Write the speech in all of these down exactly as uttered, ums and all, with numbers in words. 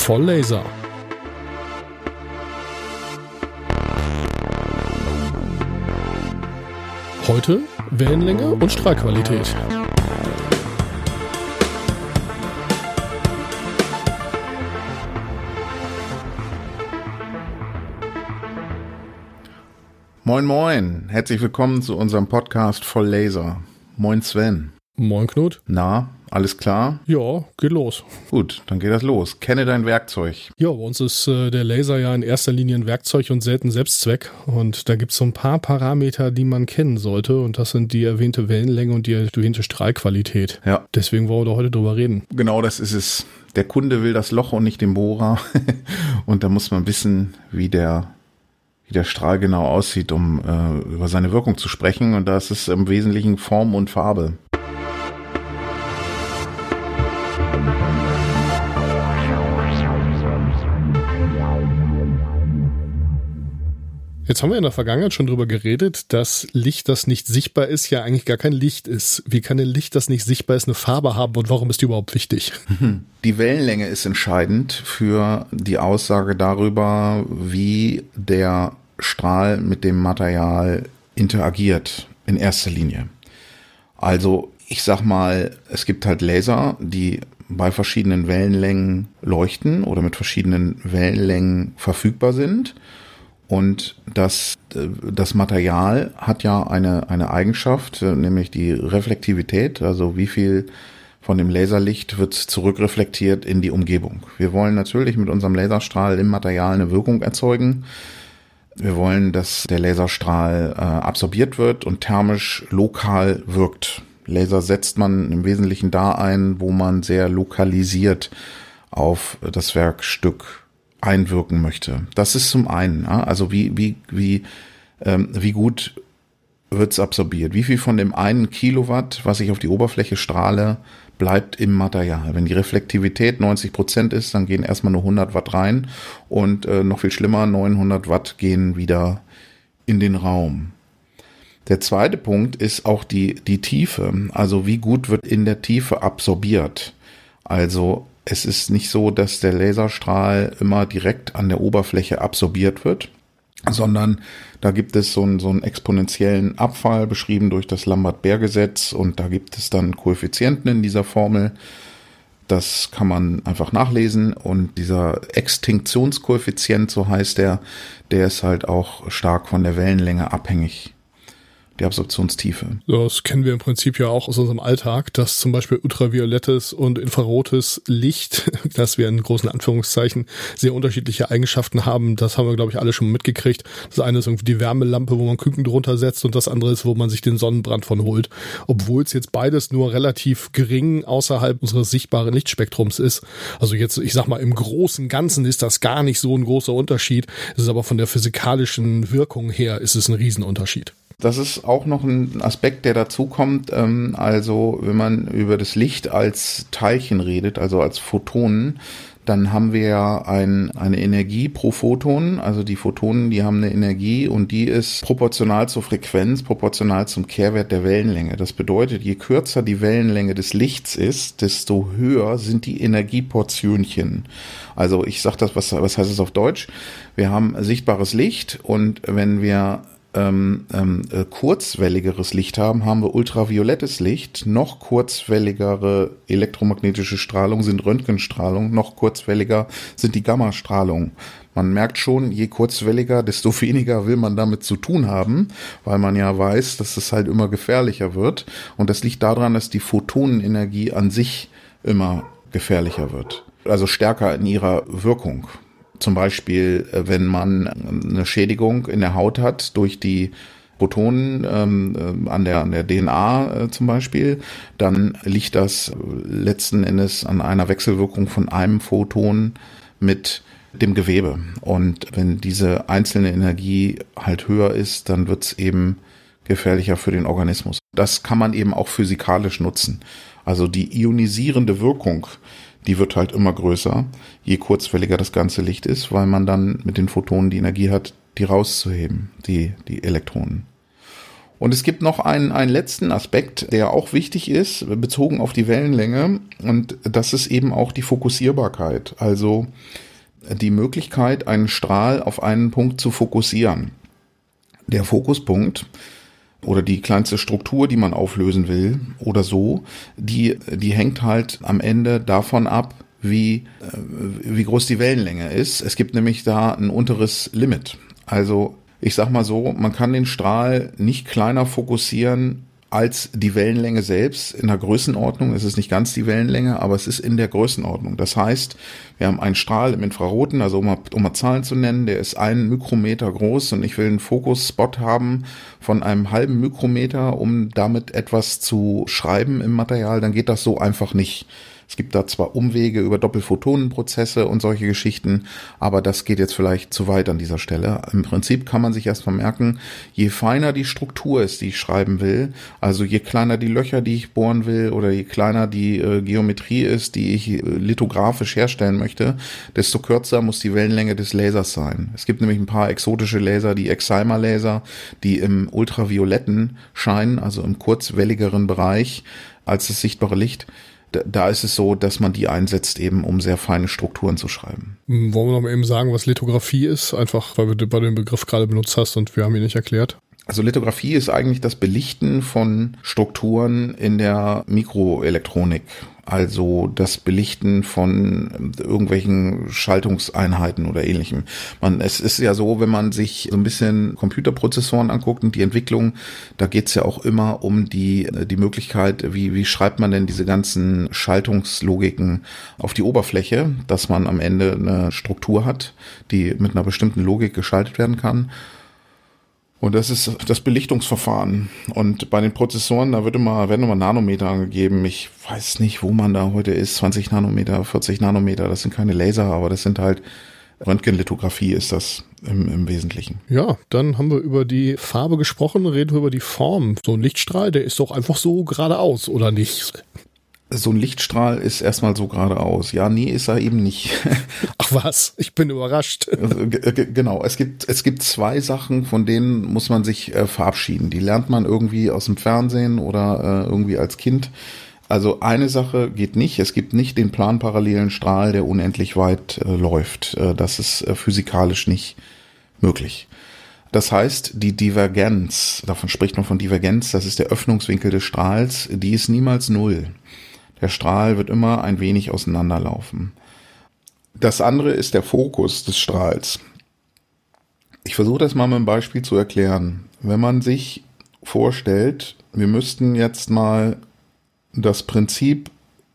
Volllaser. Heute Wellenlänge und Strahlqualität. Moin moin, herzlich willkommen zu unserem Podcast Volllaser. Moin Sven. Moin Knut. Na, alles klar? Ja, geht los. Gut, dann geht das los. Kenne dein Werkzeug. Ja, bei uns ist äh, der Laser ja in erster Linie ein Werkzeug und selten Selbstzweck. Und da gibt es so ein paar Parameter, die man kennen sollte. Und das sind die erwähnte Wellenlänge und die erwähnte Strahlqualität. Ja. Deswegen wollen wir da heute drüber reden. Genau, das ist es. Der Kunde will das Loch und nicht den Bohrer. Und da muss man wissen, wie der, wie der Strahl genau aussieht, um äh, über seine Wirkung zu sprechen. Und das ist im Wesentlichen Form und Farbe. Jetzt haben wir in der Vergangenheit schon drüber geredet, dass Licht, das nicht sichtbar ist, ja eigentlich gar kein Licht ist. Wie kann ein Licht, das nicht sichtbar ist, eine Farbe haben und warum ist die überhaupt wichtig? Die Wellenlänge ist entscheidend für die Aussage darüber, wie der Strahl mit dem Material interagiert, in erster Linie. Also ich sag mal, es gibt halt Laser, die bei verschiedenen Wellenlängen leuchten oder mit verschiedenen Wellenlängen verfügbar sind. Und das, das Material hat ja eine, eine Eigenschaft, nämlich die Reflektivität, also wie viel von dem Laserlicht wird zurückreflektiert in die Umgebung. Wir wollen natürlich mit unserem Laserstrahl im Material eine Wirkung erzeugen. Wir wollen, dass der Laserstrahl äh, absorbiert wird und thermisch lokal wirkt. Laser setzt man im Wesentlichen da ein, wo man sehr lokalisiert auf das Werkstück einwirken möchte. Das ist zum einen, ja, also wie wie wie ähm, wie gut wird's absorbiert? Wie viel von dem einen Kilowatt, was ich auf die Oberfläche strahle, bleibt im Material? Wenn die Reflektivität neunzig Prozent ist, dann gehen erstmal nur hundert Watt rein und äh, noch viel schlimmer, neunhundert Watt gehen wieder in den Raum. Der zweite Punkt ist auch die die Tiefe. Also wie gut wird in der Tiefe absorbiert? Also es ist nicht so, dass der Laserstrahl immer direkt an der Oberfläche absorbiert wird, sondern da gibt es so einen, so einen exponentiellen Abfall, beschrieben durch das Lambert-Beer-Gesetz, und da gibt es dann Koeffizienten in dieser Formel. Das kann man einfach nachlesen, und dieser Extinktionskoeffizient, so heißt der, der ist halt auch stark von der Wellenlänge abhängig. Die Absorptionstiefe. Das kennen wir im Prinzip ja auch aus unserem Alltag, dass zum Beispiel ultraviolettes und infrarotes Licht, das wir in großen Anführungszeichen sehr unterschiedliche Eigenschaften haben. Das haben wir, glaube ich, alle schon mitgekriegt. Das eine ist irgendwie die Wärmelampe, wo man Küken drunter setzt, und das andere ist, wo man sich den Sonnenbrand von holt. Obwohl es jetzt beides nur relativ gering außerhalb unseres sichtbaren Lichtspektrums ist. Also jetzt, ich sag mal, im großen Ganzen ist das gar nicht so ein großer Unterschied. Es ist aber von der physikalischen Wirkung her ist es ein Riesenunterschied. Das ist auch noch ein Aspekt, der dazu kommt. Also wenn man über das Licht als Teilchen redet, also als Photonen, dann haben wir ja ein, eine Energie pro Photon. Also die Photonen, die haben eine Energie, und die ist proportional zur Frequenz, proportional zum Kehrwert der Wellenlänge. Das bedeutet, je kürzer die Wellenlänge des Lichts ist, desto höher sind die Energieportionchen. Also ich sage das, was, was heißt es auf Deutsch? Wir haben sichtbares Licht, und wenn wir Ähm, ähm, äh, kurzwelligeres Licht haben, haben wir ultraviolettes Licht, noch kurzwelligere elektromagnetische Strahlung sind Röntgenstrahlung, noch kurzwelliger sind die Gammastrahlung. Man merkt schon, je kurzwelliger, desto weniger will man damit zu tun haben, weil man ja weiß, dass es halt immer gefährlicher wird, und das liegt daran, dass die Photonenenergie an sich immer gefährlicher wird, also stärker in ihrer Wirkung. Zum Beispiel, wenn man eine Schädigung in der Haut hat durch die Protonen ähm, an der an der D N A äh, zum Beispiel, dann liegt das letzten Endes an einer Wechselwirkung von einem Photon mit dem Gewebe. Und wenn diese einzelne Energie halt höher ist, dann wird es eben gefährlicher für den Organismus. Das kann man eben auch physikalisch nutzen. Also die ionisierende Wirkung, die wird halt immer größer, je kurzwelliger das ganze Licht ist, weil man dann mit den Photonen die Energie hat, die rauszuheben, die, die Elektronen. Und es gibt noch einen, einen letzten Aspekt, der auch wichtig ist, bezogen auf die Wellenlänge. Und das ist eben auch die Fokussierbarkeit. Also die Möglichkeit, einen Strahl auf einen Punkt zu fokussieren. Der Fokuspunkt oder die kleinste Struktur, die man auflösen will oder so, die, die hängt halt am Ende davon ab, wie, wie groß die Wellenlänge ist. Es gibt nämlich da ein unteres Limit. Also ich sag mal so, man kann den Strahl nicht kleiner fokussieren als die Wellenlänge selbst in der Größenordnung. Es ist nicht ganz die Wellenlänge, aber es ist in der Größenordnung. Das heißt, wir haben einen Strahl im Infraroten, also um mal, um mal Zahlen zu nennen, der ist einen Mikrometer groß und ich will einen Fokusspot haben von einem halben Mikrometer, um damit etwas zu schreiben im Material, dann geht das so einfach nicht. Es gibt da zwar Umwege über Doppelphotonenprozesse und solche Geschichten, aber das geht jetzt vielleicht zu weit an dieser Stelle. Im Prinzip kann man sich erstmal merken, je feiner die Struktur ist, die ich schreiben will, also je kleiner die Löcher, die ich bohren will, oder je kleiner die äh, Geometrie ist, die ich äh, lithografisch herstellen möchte, desto kürzer muss die Wellenlänge des Lasers sein. Es gibt nämlich ein paar exotische Laser, die Excimer-Laser, die im ultravioletten scheinen, also im kurzwelligeren Bereich als das sichtbare Licht. Da ist es so, dass man die einsetzt, eben um sehr feine Strukturen zu schreiben. Wollen wir noch mal eben sagen, was Lithografie ist? Einfach, weil du den Begriff gerade benutzt hast und wir haben ihn nicht erklärt. Also Lithografie ist eigentlich das Belichten von Strukturen in der Mikroelektronik. Also das Belichten von irgendwelchen Schaltungseinheiten oder ähnlichem. Man, es ist ja so, wenn man sich so ein bisschen Computerprozessoren anguckt und die Entwicklung, da geht es ja auch immer um die die Möglichkeit, wie wie schreibt man denn diese ganzen Schaltungslogiken auf die Oberfläche, dass man am Ende eine Struktur hat, die mit einer bestimmten Logik geschaltet werden kann. Und das ist das Belichtungsverfahren. Und bei den Prozessoren, da wird immer, werden immer Nanometer angegeben. Ich weiß nicht, wo man da heute ist. zwanzig Nanometer, vierzig Nanometer. Das sind keine Laser, aber das sind halt Röntgenlithografie ist das im, im Wesentlichen. Ja, dann haben wir über die Farbe gesprochen, reden wir über die Form. So ein Lichtstrahl, der ist doch einfach so geradeaus, oder nicht? So ein Lichtstrahl ist erstmal so geradeaus. Ja, nee, ist er eben nicht. Ach was, ich bin überrascht. Genau, es gibt es gibt zwei Sachen, von denen muss man sich äh, verabschieden. Die lernt man irgendwie aus dem Fernsehen oder äh, irgendwie als Kind. Also eine Sache geht nicht. Es gibt nicht den planparallelen Strahl, der unendlich weit äh, läuft. Äh, das ist äh, physikalisch nicht möglich. Das heißt, die Divergenz, davon spricht man von Divergenz, das ist der Öffnungswinkel des Strahls, die ist niemals null. Der Strahl wird immer ein wenig auseinanderlaufen. Das andere ist der Fokus des Strahls. Ich versuche das mal mit einem Beispiel zu erklären. Wenn man sich vorstellt, wir müssten jetzt mal das Prinzip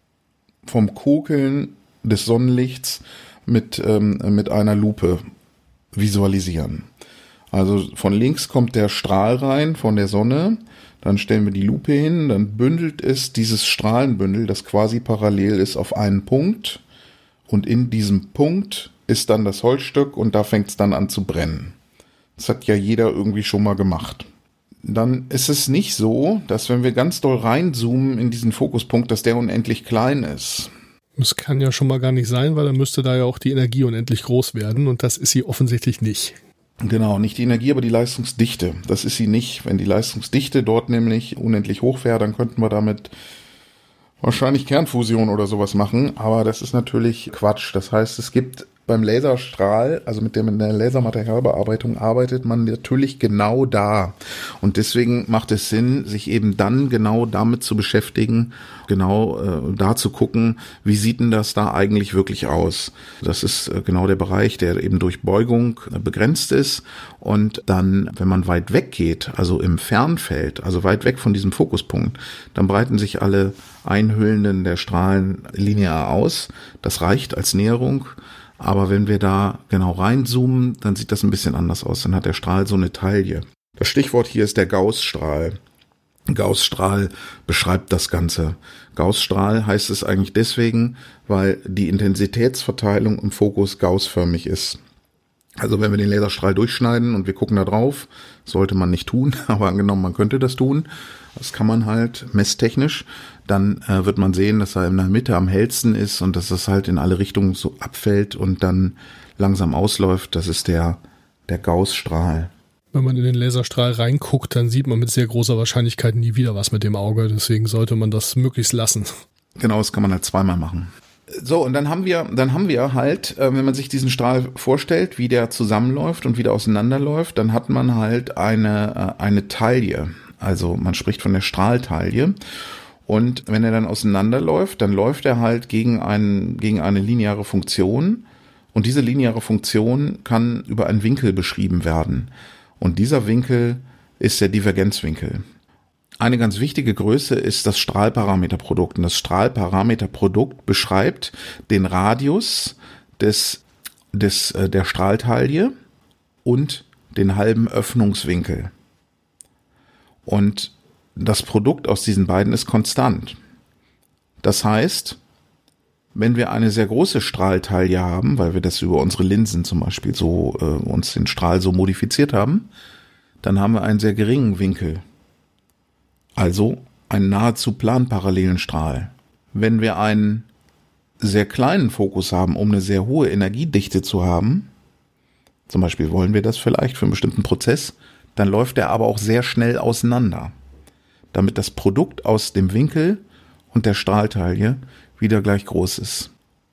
vom Kokeln des Sonnenlichts mit, ähm, mit einer Lupe visualisieren. Also von links kommt der Strahl rein von der Sonne, dann stellen wir die Lupe hin, dann bündelt es dieses Strahlenbündel, das quasi parallel ist, auf einen Punkt und in diesem Punkt ist dann das Holzstück und da fängt es dann an zu brennen. Das hat ja jeder irgendwie schon mal gemacht. Dann ist es nicht so, dass wenn wir ganz doll reinzoomen in diesen Fokuspunkt, dass der unendlich klein ist. Das kann ja schon mal gar nicht sein, weil dann müsste da ja auch die Energie unendlich groß werden und das ist sie offensichtlich nicht. Genau, nicht die Energie, aber die Leistungsdichte. Das ist sie nicht. Wenn die Leistungsdichte dort nämlich unendlich hoch wäre, dann könnten wir damit wahrscheinlich Kernfusion oder sowas machen. Aber das ist natürlich Quatsch. Das heißt, es gibt beim Laserstrahl, also mit dem in der Lasermaterialbearbeitung arbeitet man natürlich genau da. Und deswegen macht es Sinn, sich eben dann genau damit zu beschäftigen, genau äh, da zu gucken, wie sieht denn das da eigentlich wirklich aus. Das ist äh, genau der Bereich, der eben durch Beugung äh, begrenzt ist. Und dann, wenn man weit weg geht, also im Fernfeld, also weit weg von diesem Fokuspunkt, dann breiten sich alle Einhüllenden der Strahlen linear aus. Das reicht als Näherung. Aber wenn wir da genau reinzoomen, dann sieht das ein bisschen anders aus. Dann hat der Strahl so eine Taille. Das Stichwort hier ist der Gaußstrahl. Gaußstrahl beschreibt das Ganze. Gaußstrahl heißt es eigentlich deswegen, weil die Intensitätsverteilung im Fokus gaußförmig ist. Also wenn wir den Laserstrahl durchschneiden und wir gucken da drauf, sollte man nicht tun, aber angenommen, man könnte das tun, das kann man halt messtechnisch, dann äh, wird man sehen, dass er in der Mitte am hellsten ist und dass das halt in alle Richtungen so abfällt und dann langsam ausläuft. Das ist der, der Gaußstrahl. Wenn man in den Laserstrahl reinguckt, dann sieht man mit sehr großer Wahrscheinlichkeit nie wieder was mit dem Auge. Deswegen sollte man das möglichst lassen. Genau, das kann man halt zweimal machen. So, und dann haben wir, dann haben wir halt, äh, wenn man sich diesen Strahl vorstellt, wie der zusammenläuft und wieder auseinanderläuft, dann hat man halt eine, äh, eine Taille. Also man spricht von der Strahltaille. Und wenn er dann auseinanderläuft, dann läuft er halt gegen, einen, gegen eine lineare Funktion. Und diese lineare Funktion kann über einen Winkel beschrieben werden. Und dieser Winkel ist der Divergenzwinkel. Eine ganz wichtige Größe ist das Strahlparameterprodukt. Und das Strahlparameterprodukt beschreibt den Radius des, des, äh, der Strahltaille und den halben Öffnungswinkel. Und das Produkt aus diesen beiden ist konstant. Das heißt, wenn wir eine sehr große Strahltaille haben, weil wir das über unsere Linsen zum Beispiel so, äh, uns den Strahl so modifiziert haben, dann haben wir einen sehr geringen Winkel. Also einen nahezu planparallelen Strahl. Wenn wir einen sehr kleinen Fokus haben, um eine sehr hohe Energiedichte zu haben, zum Beispiel wollen wir das vielleicht für einen bestimmten Prozess, dann läuft er aber auch sehr schnell auseinander, damit das Produkt aus dem Winkel und der Strahltaille wieder gleich groß ist.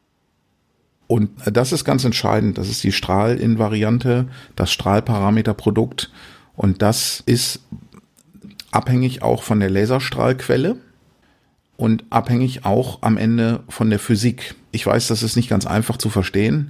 Und das ist ganz entscheidend, das ist die Strahlinvariante, das Strahlparameterprodukt, und das ist abhängig auch von der Laserstrahlquelle und abhängig auch am Ende von der Physik. Ich weiß, das ist nicht ganz einfach zu verstehen.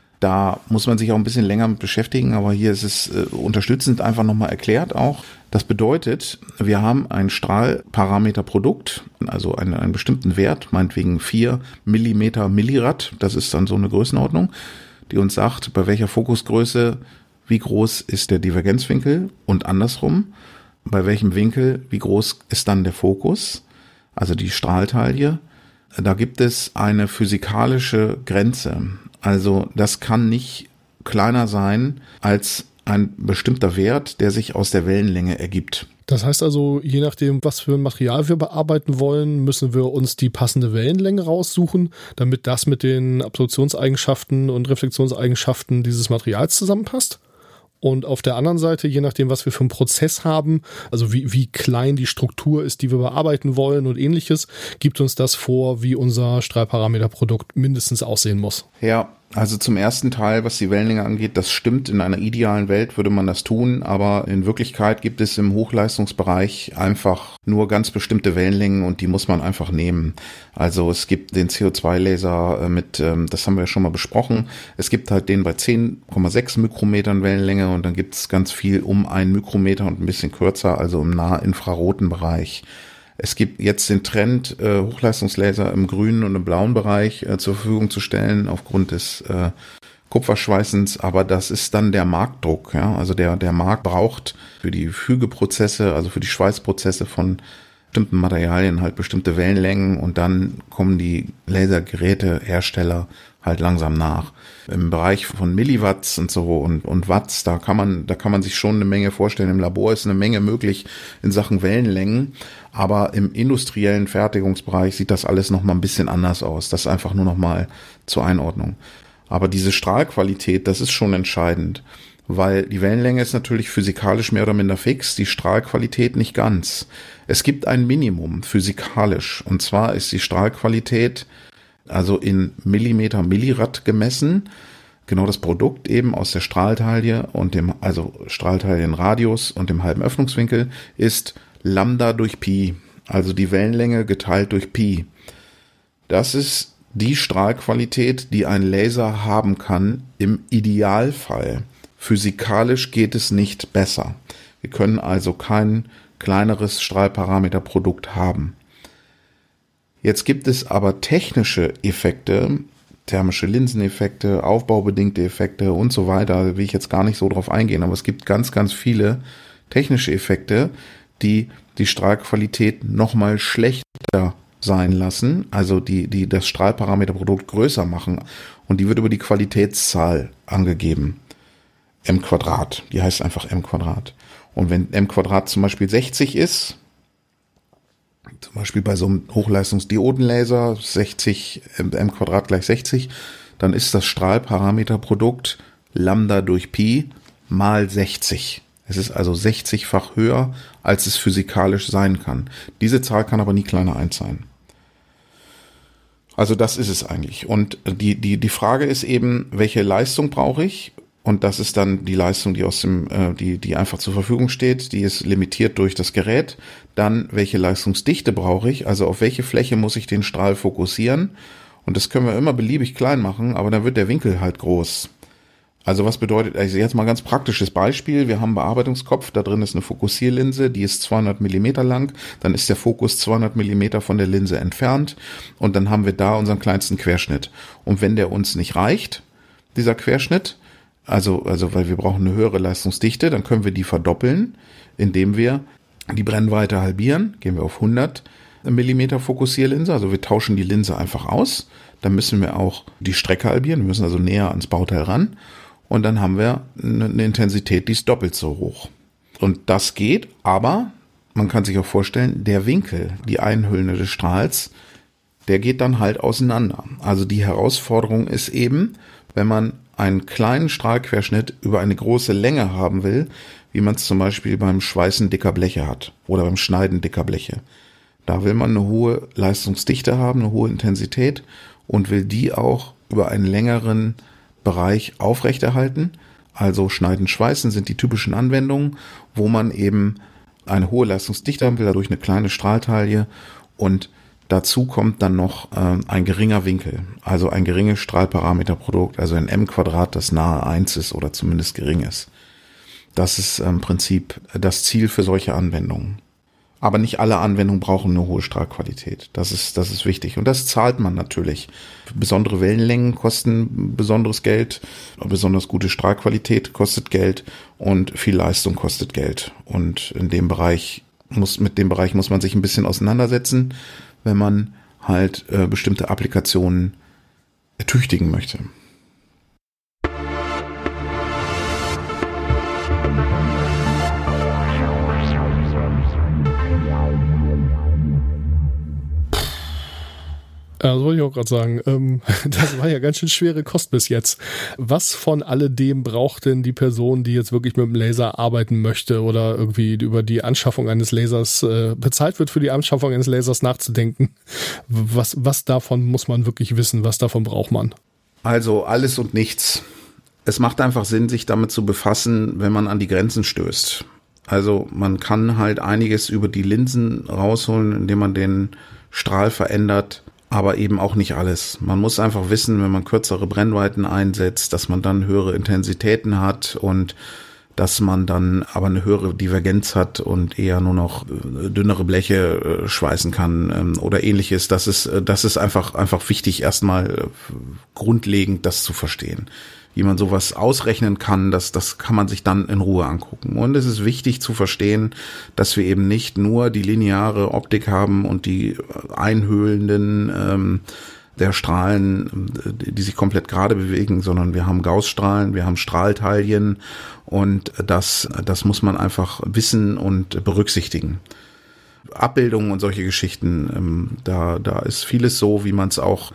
Da muss man sich auch ein bisschen länger mit beschäftigen, aber hier ist es äh, unterstützend einfach nochmal erklärt auch. Das bedeutet, wir haben ein Strahlparameterprodukt, also einen, einen bestimmten Wert, meinetwegen vier Millimeter Millirad, das ist dann so eine Größenordnung, die uns sagt, bei welcher Fokusgröße, wie groß ist der Divergenzwinkel und andersrum, bei welchem Winkel, wie groß ist dann der Fokus, also die Strahltaille. Da gibt es eine physikalische Grenze. Also das kann nicht kleiner sein als ein bestimmter Wert, der sich aus der Wellenlänge ergibt. Das heißt also, je nachdem, was für ein Material wir bearbeiten wollen, müssen wir uns die passende Wellenlänge raussuchen, damit das mit den Absorptionseigenschaften und Reflexionseigenschaften dieses Materials zusammenpasst. Und auf der anderen Seite, je nachdem, was wir für einen Prozess haben, also wie, wie klein die Struktur ist, die wir bearbeiten wollen und ähnliches, gibt uns das vor, wie unser Strahlparameterprodukt mindestens aussehen muss. Ja, also zum ersten Teil, was die Wellenlänge angeht, das stimmt. In einer idealen Welt würde man das tun, aber in Wirklichkeit gibt es im Hochleistungsbereich einfach nur ganz bestimmte Wellenlängen und die muss man einfach nehmen. Also es gibt den C O zwei Laser mit, das haben wir ja schon mal besprochen, es gibt halt den bei zehn Komma sechs Mikrometern Wellenlänge und dann gibt es ganz viel um einen Mikrometer und ein bisschen kürzer, also im nahinfraroten Bereich. Es gibt jetzt den Trend, äh, Hochleistungslaser im grünen und im blauen Bereich äh, zur Verfügung zu stellen, aufgrund des äh, Kupferschweißens, aber das ist dann der Marktdruck. Ja? Also der, der Markt braucht für die Fügeprozesse, also für die Schweißprozesse von bestimmten Materialien halt bestimmte Wellenlängen und dann kommen die Lasergerätehersteller halt langsam nach. Im Bereich von Milliwatts und so und, und Watts, da kann man, da kann man sich schon eine Menge vorstellen. Im Labor ist eine Menge möglich in Sachen Wellenlängen, aber im industriellen Fertigungsbereich sieht das alles noch mal ein bisschen anders aus. Das einfach nur noch mal zur Einordnung. Aber diese Strahlqualität, das ist schon entscheidend, weil die Wellenlänge ist natürlich physikalisch mehr oder minder fix, die Strahlqualität nicht ganz. Es gibt ein Minimum physikalisch und zwar ist die Strahlqualität also in Millimeter Millirad gemessen, genau das Produkt eben aus der Strahltaille und dem, also Strahltaillenradius und dem halben Öffnungswinkel ist Lambda durch Pi, also die Wellenlänge geteilt durch Pi. Das ist die Strahlqualität, die ein Laser haben kann im Idealfall. Physikalisch geht es nicht besser. Wir können also kein kleineres Strahlparameterprodukt haben. Jetzt gibt es aber technische Effekte, thermische Linseneffekte, aufbaubedingte Effekte und so weiter. Da will ich jetzt gar nicht so drauf eingehen, aber es gibt ganz, ganz viele technische Effekte, die die Strahlqualität nochmal schlechter sein lassen, also die, die das Strahlparameterprodukt größer machen und die wird über die Qualitätszahl angegeben. M Quadrat, die heißt einfach M Quadrat. Und wenn M Quadrat zum Beispiel sechzig ist, zum Beispiel bei so einem Hochleistungsdiodenlaser, sechzig, M Quadrat gleich sechzig, dann ist das Strahlparameterprodukt Lambda durch Pi mal sechzig. Es ist also sechzigfach höher, als es physikalisch sein kann. Diese Zahl kann aber nie kleiner eins sein. Also das ist es eigentlich. Und die, die, die Frage ist eben, welche Leistung brauche ich? Und das ist dann die Leistung, die aus dem, äh, die, die einfach zur Verfügung steht. Die ist limitiert durch das Gerät. Dann, welche Leistungsdichte brauche ich? Also auf welche Fläche muss ich den Strahl fokussieren? Und das können wir immer beliebig klein machen, aber dann wird der Winkel halt groß. Also was bedeutet, also jetzt mal ein ganz praktisches Beispiel. Wir haben einen Bearbeitungskopf, da drin ist eine Fokussierlinse, die ist zweihundert Millimeter lang. Dann ist der Fokus zweihundert Millimeter von der Linse entfernt. Und dann haben wir da unseren kleinsten Querschnitt. Und wenn der uns nicht reicht, dieser Querschnitt, Also, also, weil wir brauchen eine höhere Leistungsdichte, dann können wir die verdoppeln, indem wir die Brennweite halbieren, gehen wir auf hundert Millimeter Fokussierlinse, also wir tauschen die Linse einfach aus, dann müssen wir auch die Strecke halbieren, wir müssen also näher ans Bauteil ran und dann haben wir eine Intensität, die ist doppelt so hoch. Und das geht, aber man kann sich auch vorstellen, der Winkel, die Einhüllende des Strahls, der geht dann halt auseinander. Also die Herausforderung ist eben, wenn man einen kleinen Strahlquerschnitt über eine große Länge haben will, wie man es zum Beispiel beim Schweißen dicker Bleche hat oder beim Schneiden dicker Bleche. Da will man eine hohe Leistungsdichte haben, eine hohe Intensität und will die auch über einen längeren Bereich aufrechterhalten. Also Schneiden, Schweißen sind die typischen Anwendungen, wo man eben eine hohe Leistungsdichte haben will, dadurch eine kleine Strahltaille und dazu kommt dann noch äh, ein geringer Winkel, also ein geringes Strahlparameterprodukt, also ein M Quadrat, das nahe eins ist oder zumindest gering ist. Das ist im Prinzip das Ziel für solche Anwendungen. Aber nicht alle Anwendungen brauchen eine hohe Strahlqualität. Das ist, das ist wichtig. Und das zahlt man natürlich. Besondere Wellenlängen kosten besonderes Geld. Besonders gute Strahlqualität kostet Geld. Und viel Leistung kostet Geld. Und in dem Bereich muss, mit dem Bereich muss man sich ein bisschen auseinandersetzen, wenn man halt äh, bestimmte Applikationen ertüchtigen möchte. Ja, das wollte ich auch gerade sagen. Ähm, das war ja ganz schön schwere Kost bis jetzt. Was von alledem braucht denn die Person, die jetzt wirklich mit dem Laser arbeiten möchte oder irgendwie über die Anschaffung eines Lasers äh, bezahlt wird, für die Anschaffung eines Lasers nachzudenken? Was, was davon muss man wirklich wissen? Was davon braucht man? Also alles und nichts. Es macht einfach Sinn, sich damit zu befassen, wenn man an die Grenzen stößt. Also man kann halt einiges über die Linsen rausholen, indem man den Strahl verändert, aber eben auch nicht alles. Man muss einfach wissen, wenn man kürzere Brennweiten einsetzt, dass man dann höhere Intensitäten hat und dass man dann aber eine höhere Divergenz hat und eher nur noch dünnere Bleche schweißen kann oder ähnliches. Das ist, das ist einfach, einfach wichtig, erstmal grundlegend das zu verstehen. Wie man sowas ausrechnen kann, das, das kann man sich dann in Ruhe angucken. Und es ist wichtig zu verstehen, dass wir eben nicht nur die lineare Optik haben und die einhöhlenden ähm, der Strahlen, die sich komplett gerade bewegen, sondern wir haben Gaußstrahlen, wir haben Strahlteilchen und das, das muss man einfach wissen und berücksichtigen. Abbildungen und solche Geschichten, ähm, da, da ist vieles so, wie man es auch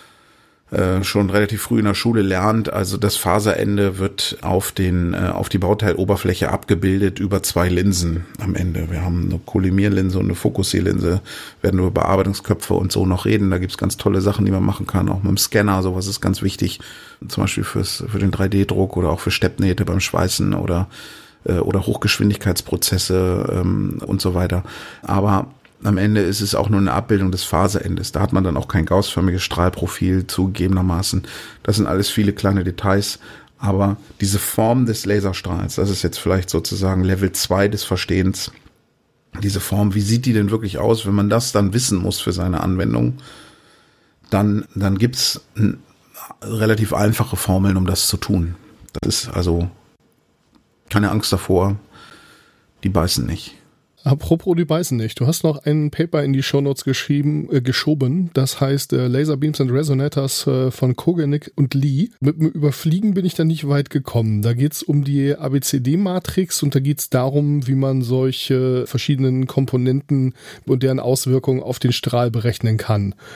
schon relativ früh in der Schule lernt. Also das Faserende wird auf den auf die Bauteiloberfläche abgebildet über zwei Linsen am Ende. Wir haben eine Kollimierlinse und eine Fokussierlinse, werden über Bearbeitungsköpfe und so noch reden. Da gibt's ganz tolle Sachen, die man machen kann, auch mit dem Scanner. Sowas ist ganz wichtig, zum Beispiel fürs für den drei D Druck oder auch für Steppnähte beim Schweißen oder oder Hochgeschwindigkeitsprozesse ähm, und so weiter. Aber am Ende ist es auch nur eine Abbildung des Faserendes. Da hat man dann auch kein gaußförmiges Strahlprofil zugegebenermaßen. Das sind alles viele kleine Details. Aber diese Form des Laserstrahls, das ist jetzt vielleicht sozusagen Level zwei des Verstehens. Diese Form, wie sieht die denn wirklich aus? Wenn man das dann wissen muss für seine Anwendung, dann, dann gibt's relativ einfache Formeln, um das zu tun. Das ist also keine Angst davor. Die beißen nicht. Apropos, die beißen nicht. Du hast noch ein Paper in die Shownotes geschrieben, äh, geschoben. Das heißt äh, Laser Beams and Resonators äh, von Kogenik und Lee. Mit dem Überfliegen bin ich da nicht weit gekommen. Da geht's um die A B C D-Matrix und da geht's darum, wie man solche verschiedenen Komponenten und deren Auswirkungen auf den Strahl berechnen kann.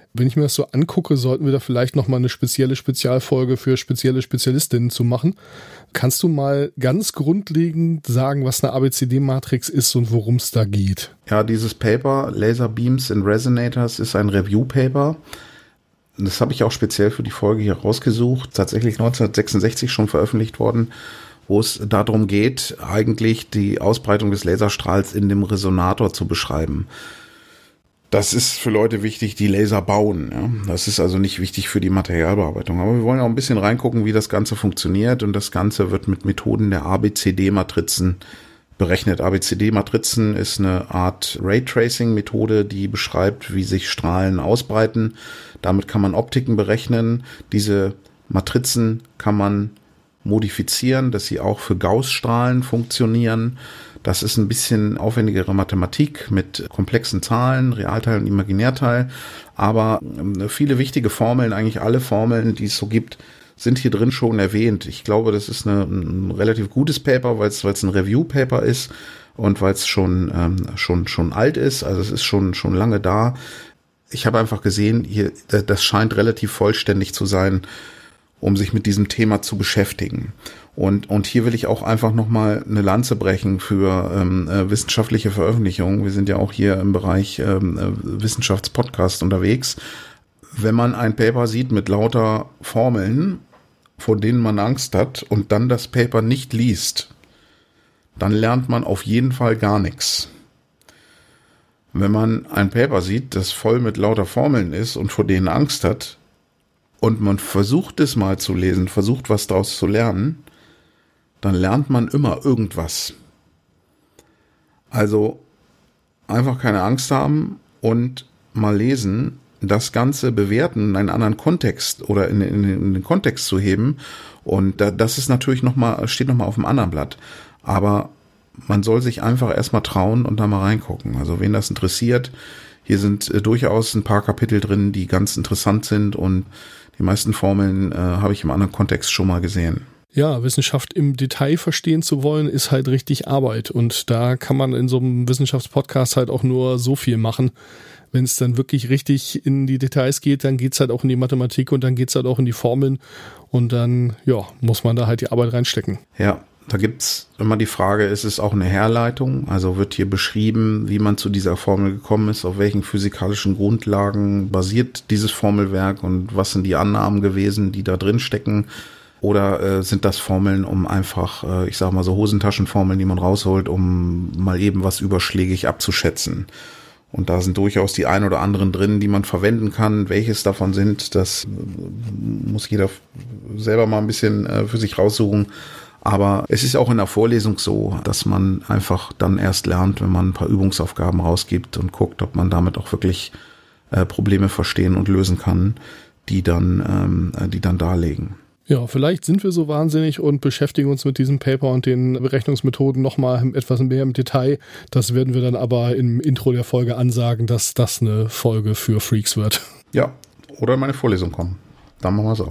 Wenn ich mir das so angucke, sollten wir da vielleicht nochmal eine spezielle Spezialfolge für spezielle Spezialistinnen zu machen. Kannst du mal ganz grundlegend sagen, was eine A B C D-Matrix ist und worum es da geht? Ja, dieses Paper, Laser Beams and Resonators, ist ein Review-Paper. Das habe ich auch speziell für die Folge hier rausgesucht. Tatsächlich neunzehnhundertsechsundsechzig schon veröffentlicht worden, wo es darum geht, eigentlich die Ausbreitung des Laserstrahls in dem Resonator zu beschreiben. Das ist für Leute wichtig, die Laser bauen. Ja? Das ist also nicht wichtig für die Materialbearbeitung. Aber wir wollen auch ein bisschen reingucken, wie das Ganze funktioniert. Und das Ganze wird mit Methoden der A B C D-Matrizen berechnet. A B C D-Matrizen ist eine Art Raytracing-Methode, die beschreibt, wie sich Strahlen ausbreiten. Damit kann man Optiken berechnen. Diese Matrizen kann man modifizieren, dass sie auch für Gaußstrahlen funktionieren. Das ist ein bisschen aufwendigere Mathematik mit komplexen Zahlen, Realteil und Imaginärteil. Aber viele wichtige Formeln, eigentlich alle Formeln, die es so gibt, sind hier drin schon erwähnt. Ich glaube, das ist eine, ein relativ gutes Paper, weil es weil es ein Review-Paper ist und weil es schon ähm, schon schon alt ist. Also es ist schon schon lange da. Ich habe einfach gesehen, hier das scheint relativ vollständig zu sein, um sich mit diesem Thema zu beschäftigen. Und und hier will ich auch einfach nochmal eine Lanze brechen für ähm, äh, wissenschaftliche Veröffentlichungen. Wir sind ja auch hier im Bereich ähm, äh, Wissenschaftspodcast unterwegs. Wenn man ein Paper sieht mit lauter Formeln, vor denen man Angst hat und dann das Paper nicht liest, dann lernt man auf jeden Fall gar nichts. Wenn man ein Paper sieht, das voll mit lauter Formeln ist und vor denen Angst hat und man versucht es mal zu lesen, versucht was daraus zu lernen, dann lernt man immer irgendwas. Also einfach keine Angst haben und mal lesen, das Ganze bewerten, in einen anderen Kontext oder in, in, in den Kontext zu heben. Und da, das ist natürlich noch mal, steht nochmal auf dem anderen Blatt. Aber man soll sich einfach erstmal trauen und da mal reingucken. Also wen das interessiert, hier sind äh, durchaus ein paar Kapitel drin, die ganz interessant sind und die meisten Formeln äh, habe ich im anderen Kontext schon mal gesehen. Ja, Wissenschaft im Detail verstehen zu wollen, ist halt richtig Arbeit. Und da kann man in so einem Wissenschaftspodcast halt auch nur so viel machen. Wenn es dann wirklich richtig in die Details geht, dann geht's halt auch in die Mathematik und dann geht's halt auch in die Formeln. Und dann, ja, muss man da halt die Arbeit reinstecken. Ja, da gibt's immer die Frage, ist es auch eine Herleitung? Also wird hier beschrieben, wie man zu dieser Formel gekommen ist, auf welchen physikalischen Grundlagen basiert dieses Formelwerk und was sind die Annahmen gewesen, die da drin stecken? Oder äh, sind das Formeln, um einfach, äh, ich sag mal so Hosentaschenformeln, die man rausholt, um mal eben was überschlägig abzuschätzen? Und da sind durchaus die ein oder anderen drin, die man verwenden kann. Welches davon sind, das muss jeder selber mal ein bisschen äh, für sich raussuchen. Aber es ist auch in der Vorlesung so, dass man einfach dann erst lernt, wenn man ein paar Übungsaufgaben rausgibt und guckt, ob man damit auch wirklich äh, Probleme verstehen und lösen kann, die dann, ähm, die dann darlegen. Ja, vielleicht sind wir so wahnsinnig und beschäftigen uns mit diesem Paper und den Berechnungsmethoden nochmal etwas mehr im Detail. Das werden wir dann aber im Intro der Folge ansagen, dass das eine Folge für Freaks wird. Ja, oder in meine Vorlesung kommen. Dann machen wir es auch.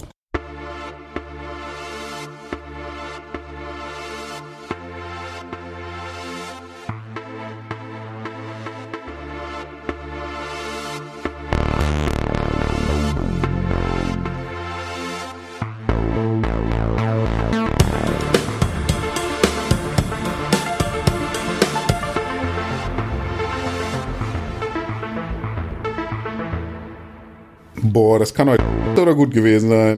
Boah, das kann heute oder gut gewesen sein.